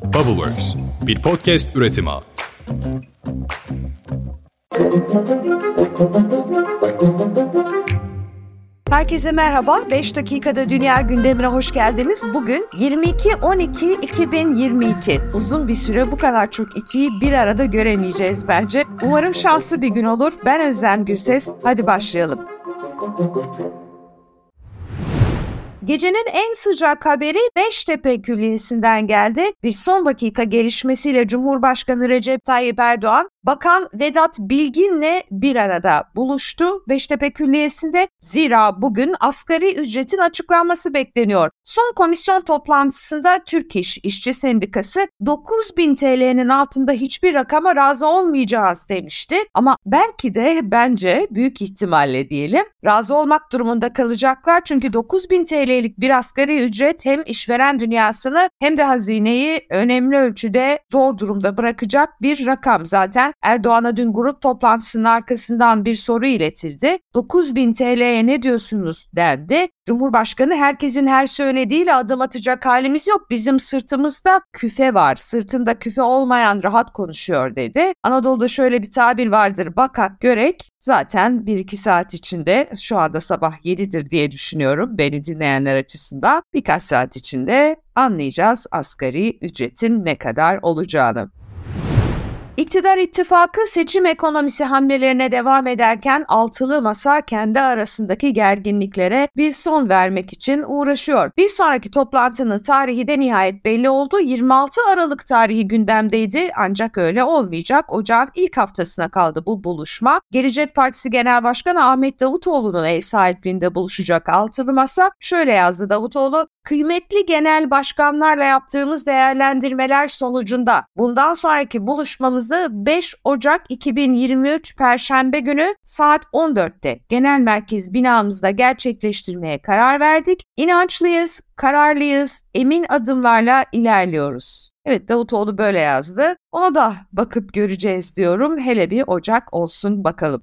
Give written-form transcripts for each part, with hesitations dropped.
Bubbleworks, bir podcast üretimi. Herkese merhaba. 5 dakikada dünya gündemine hoş geldiniz. Bugün 22-12-2022. Uzun bir süre bu kadar çok ikiyi bir arada göremeyeceğiz bence. Umarım şanslı bir gün olur. Ben Özlem Gürses. Hadi başlayalım. Gecenin en sıcak haberi Beştepe Külliyesi'nden geldi. Bir son dakika gelişmesiyle Cumhurbaşkanı Recep Tayyip Erdoğan, Bakan Vedat Bilgin'le bir arada buluştu Beştepe Külliyesi'nde. Zira bugün asgari ücretin açıklanması bekleniyor. Son komisyon toplantısında Türk İş İşçi Sendikası 9.000 TL'nin altında hiçbir rakama razı olmayacağız demişti. Ama belki de bence büyük ihtimalle diyelim razı olmak durumunda kalacaklar. Çünkü 9.000 TL'lik bir asgari ücret hem işveren dünyasını hem de hazineyi önemli ölçüde zor durumda bırakacak bir rakam zaten. Erdoğan'a dün grup toplantısının arkasından bir soru iletildi. 9.000 TL'ye ne diyorsunuz dendi. Cumhurbaşkanı herkesin her söylediğiyle adım atacak halimiz yok. Bizim sırtımızda küfe var. Sırtında küfe olmayan rahat konuşuyor dedi. Anadolu'da şöyle bir tabir vardır. Bakak görek. Zaten 1-2 saat içinde, şu anda sabah 7'dir diye düşünüyorum beni dinleyenler açısından, birkaç saat içinde anlayacağız asgari ücretin ne kadar olacağını. İktidar ittifakı seçim ekonomisi hamlelerine devam ederken altılı masa kendi arasındaki gerginliklere bir son vermek için uğraşıyor. Bir sonraki toplantının tarihi de nihayet belli oldu. 26 Aralık tarihi gündemdeydi ancak öyle olmayacak. Ocağın ilk haftasına kaldı bu buluşma. Gelecek Partisi Genel Başkanı Ahmet Davutoğlu'nun ev sahipliğinde buluşacak altılı masa. Şöyle yazdı Davutoğlu: "Kıymetli genel başkanlarla yaptığımız değerlendirmeler sonucunda bundan sonraki buluşmamızı 5 Ocak 2023 Perşembe günü saat 14'te Genel Merkez binamızda gerçekleştirmeye karar verdik. İnançlıyız, kararlıyız, emin adımlarla ilerliyoruz." Evet, Davutoğlu böyle yazdı. Ona da bakıp göreceğiz diyorum. Hele bir Ocak olsun bakalım.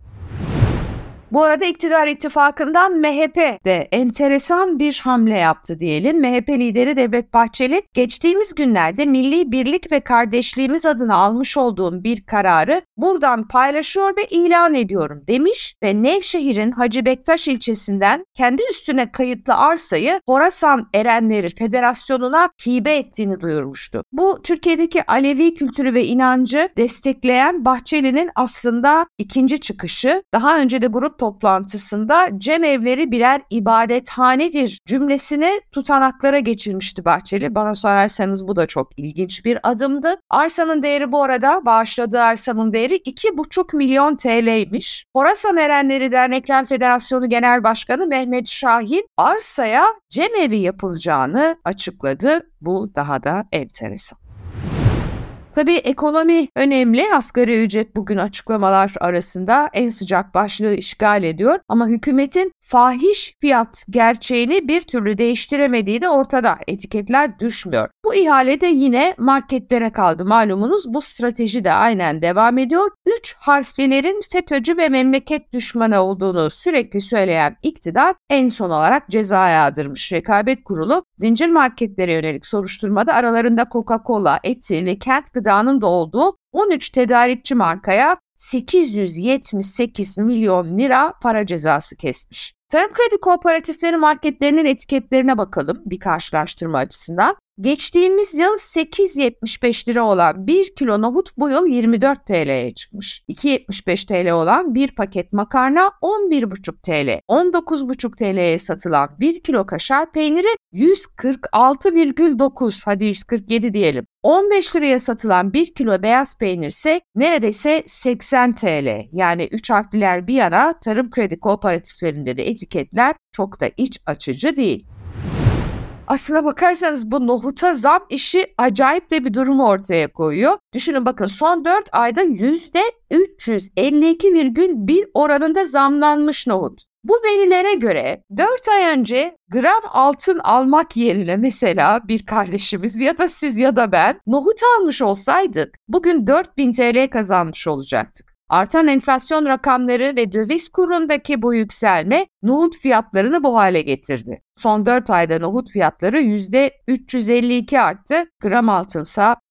Bu arada iktidar ittifakından MHP de enteresan bir hamle yaptı diyelim. MHP lideri Devlet Bahçeli, geçtiğimiz günlerde milli birlik ve kardeşliğimiz adına almış olduğum bir kararı buradan paylaşıyor ve ilan ediyorum demiş ve Nevşehir'in Hacı Bektaş ilçesinden kendi üstüne kayıtlı arsayı Horasan Erenleri Federasyonu'na hibe ettiğini duyurmuştu. Bu Türkiye'deki Alevi kültürü ve inancı destekleyen Bahçeli'nin aslında ikinci çıkışı. Daha önce de grup toplantısında cemevleri birer ibadethanedir cümlesini tutanaklara geçirmişti Bahçeli. Bana sorarsanız bu da çok ilginç bir adımdı. Arsanın değeri, bu arada bağışladığı arsanın değeri 2,5 milyon TL'ymiş. Horasan Erenleri Dernekler Federasyonu Genel Başkanı Mehmet Şahin arsaya cemevi yapılacağını açıkladı. Bu daha da enteresan. Tabii ekonomi önemli. Asgari ücret bugün açıklamalar arasında en sıcak başlığı işgal ediyor. Ama hükümetin fahiş fiyat gerçeğini bir türlü değiştiremediği de ortada. Etiketler düşmüyor. Bu ihale de yine marketlere kaldı. Malumunuz bu strateji de aynen devam ediyor. 3 harflilerin FETÖ'cü ve memleket düşmanı olduğunu sürekli söyleyen iktidar en son olarak ceza yağdırmış. Rekabet Kurulu zincir marketlere yönelik soruşturmada aralarında Coca-Cola, Eti ve Kent Gıda'nın da olduğu 13 tedarikçi markaya 878 milyon lira para cezası kesmiş. Tarım Kredi Kooperatifleri marketlerinin etiketlerine bakalım bir karşılaştırma açısından. Geçtiğimiz yıl 8,75 lira olan 1 kilo nohut bu yıl 24 TL'ye çıkmış. 2,75 TL olan bir paket makarna 11,5 TL. 19,5 TL'ye satılan 1 kilo kaşar peyniri 146,9, hadi 147 diyelim. 15 liraya satılan 1 kilo beyaz peynir ise neredeyse 80 TL. Yani 3 harfliler bir yana Tarım Kredi Kooperatiflerinde de etiketler çok da iç açıcı değil. Aslına bakarsanız bu nohuta zam işi acayip de bir durumu ortaya koyuyor. Düşünün bakın, son 4 ayda %352,1 oranında zamlanmış nohut. Bu verilere göre 4 ay önce gram altın almak yerine mesela bir kardeşimiz ya da siz ya da ben nohut almış olsaydık bugün 4.000 TL kazanmış olacaktık. Artan enflasyon rakamları ve döviz kurundaki bu yükselme nohut fiyatlarını bu hale getirdi. Son 4 ayda nohut fiyatları %352 arttı, gram altınsa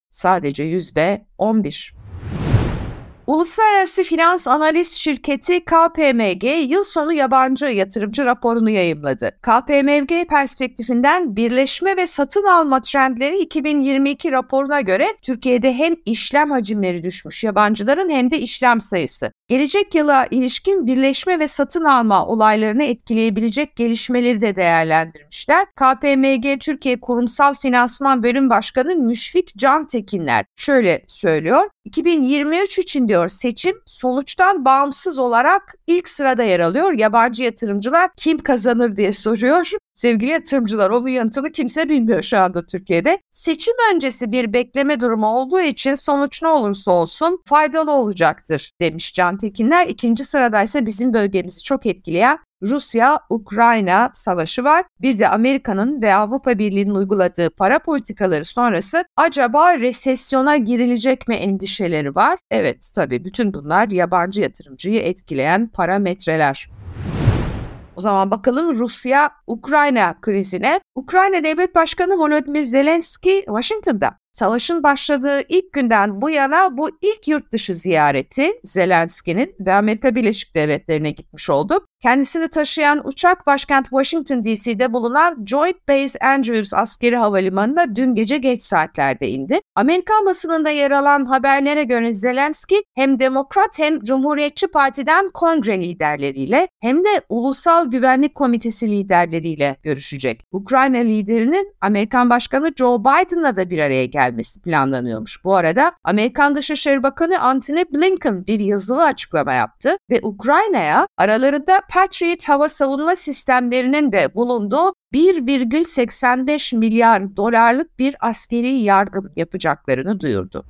sadece %11. Uluslararası Finans Analiz Şirketi KPMG yıl sonu yabancı yatırımcı raporunu yayımladı. KPMG perspektifinden birleşme ve satın alma trendleri 2022 raporuna göre Türkiye'de hem işlem hacimleri düşmüş yabancıların hem de işlem sayısı. Gelecek yıla ilişkin birleşme ve satın alma olaylarını etkileyebilecek gelişmeleri de değerlendirmişler. KPMG Türkiye Kurumsal Finansman Bölüm Başkanı Müşfik Cantekinler şöyle söylüyor. 2023 için diyor seçim sonuçtan bağımsız olarak ilk sırada yer alıyor. Yabancı yatırımcılar kim kazanır diye soruyor. Sevgili yatırımcılar, onun yanıtını kimse bilmiyor şu anda Türkiye'de. Seçim öncesi bir bekleme durumu olduğu için sonuç ne olursa olsun faydalı olacaktır demiş Cantekinler. İkinci sıradaysa bizim bölgemizi çok etkileyen Rusya-Ukrayna savaşı var. Bir de Amerika'nın ve Avrupa Birliği'nin uyguladığı para politikaları sonrası acaba resesyona girilecek mi endişeleri var. Evet, tabii bütün bunlar yabancı yatırımcıyı etkileyen parametreler. O zaman bakalım Rusya-Ukrayna krizine. Ukrayna Devlet Başkanı Volodymyr Zelenski Washington'da. Savaşın başladığı ilk günden bu yana bu ilk yurt dışı ziyareti Zelenski'nin ve Amerika Birleşik Devletleri'ne gitmiş oldu. Kendisini taşıyan uçak başkent Washington DC'de bulunan Joint Base Andrews askeri havalimanına dün gece geç saatlerde indi. Amerikan basınında yer alan haberlere göre Zelenski hem Demokrat hem Cumhuriyetçi Parti'den kongre liderleriyle hem de Ulusal Güvenlik Komitesi liderleriyle görüşecek. Ukrayna liderinin Amerikan Başkanı Joe Biden'la da bir araya gelmesi planlanıyormuş. Bu arada Amerikan Dışişleri Bakanı Antony Blinken bir yazılı açıklama yaptı ve Ukrayna'ya aralarında Patriot hava savunma sistemlerinin de bulunduğu 1,85 milyar dolarlık bir askeri yardım yapacaklarını duyurdu.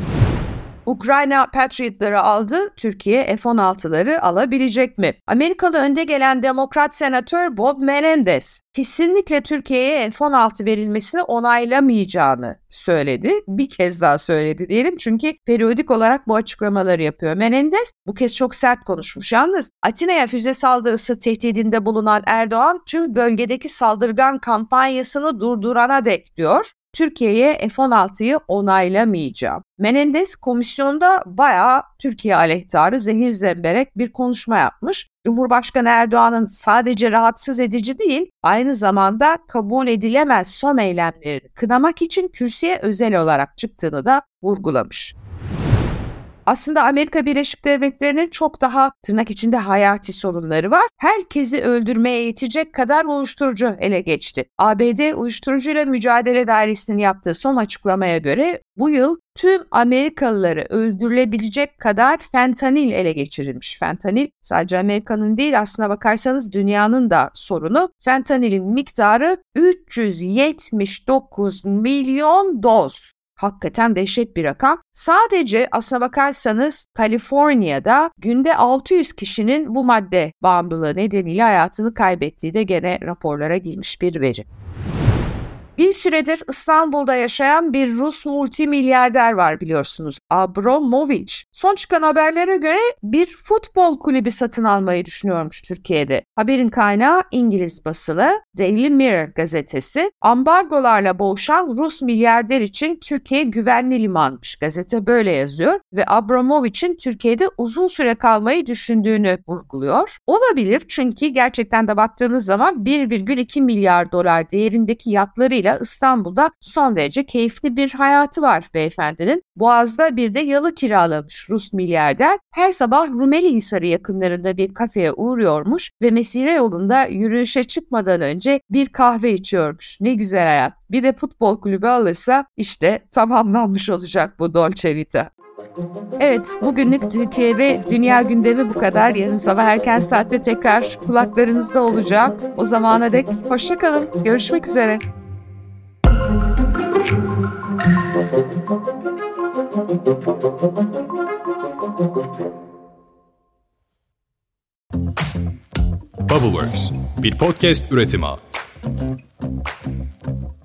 Ukrayna Patriot'ları aldı, Türkiye F-16'ları alabilecek mi? Amerikalı önde gelen Demokrat Senatör Bob Menendez kesinlikle Türkiye'ye F-16 verilmesini onaylamayacağını söyledi. Bir kez daha söyledi diyelim çünkü periyodik olarak bu açıklamaları yapıyor. Menendez bu kez çok sert konuşmuş. Yalnız Atina'ya füze saldırısı tehdidinde bulunan Erdoğan tüm bölgedeki saldırgan kampanyasını durdurana dek diyor. Türkiye'ye F-16'yı onaylamayacağım. Menendez komisyonda bayağı Türkiye aleyhtarı zehir zemberek bir konuşma yapmış. Cumhurbaşkanı Erdoğan'ın sadece rahatsız edici değil, aynı zamanda kabul edilemez son eylemlerini kınamak için kürsüye özel olarak çıktığını da vurgulamış. Aslında Amerika Birleşik Devletleri'nin çok daha tırnak içinde hayati sorunları var. Herkesi öldürmeye yetecek kadar uyuşturucu ele geçti. ABD Uyuşturucuyla Mücadele Dairesi'nin yaptığı son açıklamaya göre bu yıl tüm Amerikalıları öldürülebilecek kadar fentanil ele geçirilmiş. Fentanil sadece Amerika'nın değil, aslına bakarsanız dünyanın da sorunu. Fentanilin miktarı 379 milyon doz. Hakikaten dehşet bir rakam. Sadece aslına bakarsanız Kaliforniya'da günde 600 kişinin bu madde bağımlılığı nedeniyle hayatını kaybettiği de gene raporlara girmiş bir veri. Bir süredir İstanbul'da yaşayan bir Rus multimilyarder var biliyorsunuz. Abramovich. Son çıkan haberlere göre bir futbol kulübü satın almayı düşünüyormuş Türkiye'de. Haberin kaynağı İngiliz basılı Daily Mirror gazetesi. Ambargolarla boğuşan Rus milyarder için Türkiye güvenli limanmış. Gazete böyle yazıyor ve Abramovich'in Türkiye'de uzun süre kalmayı düşündüğünü vurguluyor. Olabilir çünkü gerçekten de baktığınız zaman 1,2 milyar dolar değerindeki yatlarıyla İstanbul'da son derece keyifli bir hayatı var beyefendinin. Boğaz'da bir de yalı kiralamış Rus milyarder. Her sabah Rumelihisarı yakınlarında bir kafeye uğruyormuş ve mesire yolunda yürüyüşe çıkmadan önce bir kahve içiyormuş. Ne güzel hayat. Bir de futbol kulübü alırsa işte tamamlanmış olacak bu Dolce Vita. Evet, bugünlük Türkiye ve dünya gündemi bu kadar. Yarın sabah erken saatte tekrar kulaklarınızda olacak. O zamana dek hoşça kalın. Görüşmek üzere. Bubbleworks, bir podcast üretimi.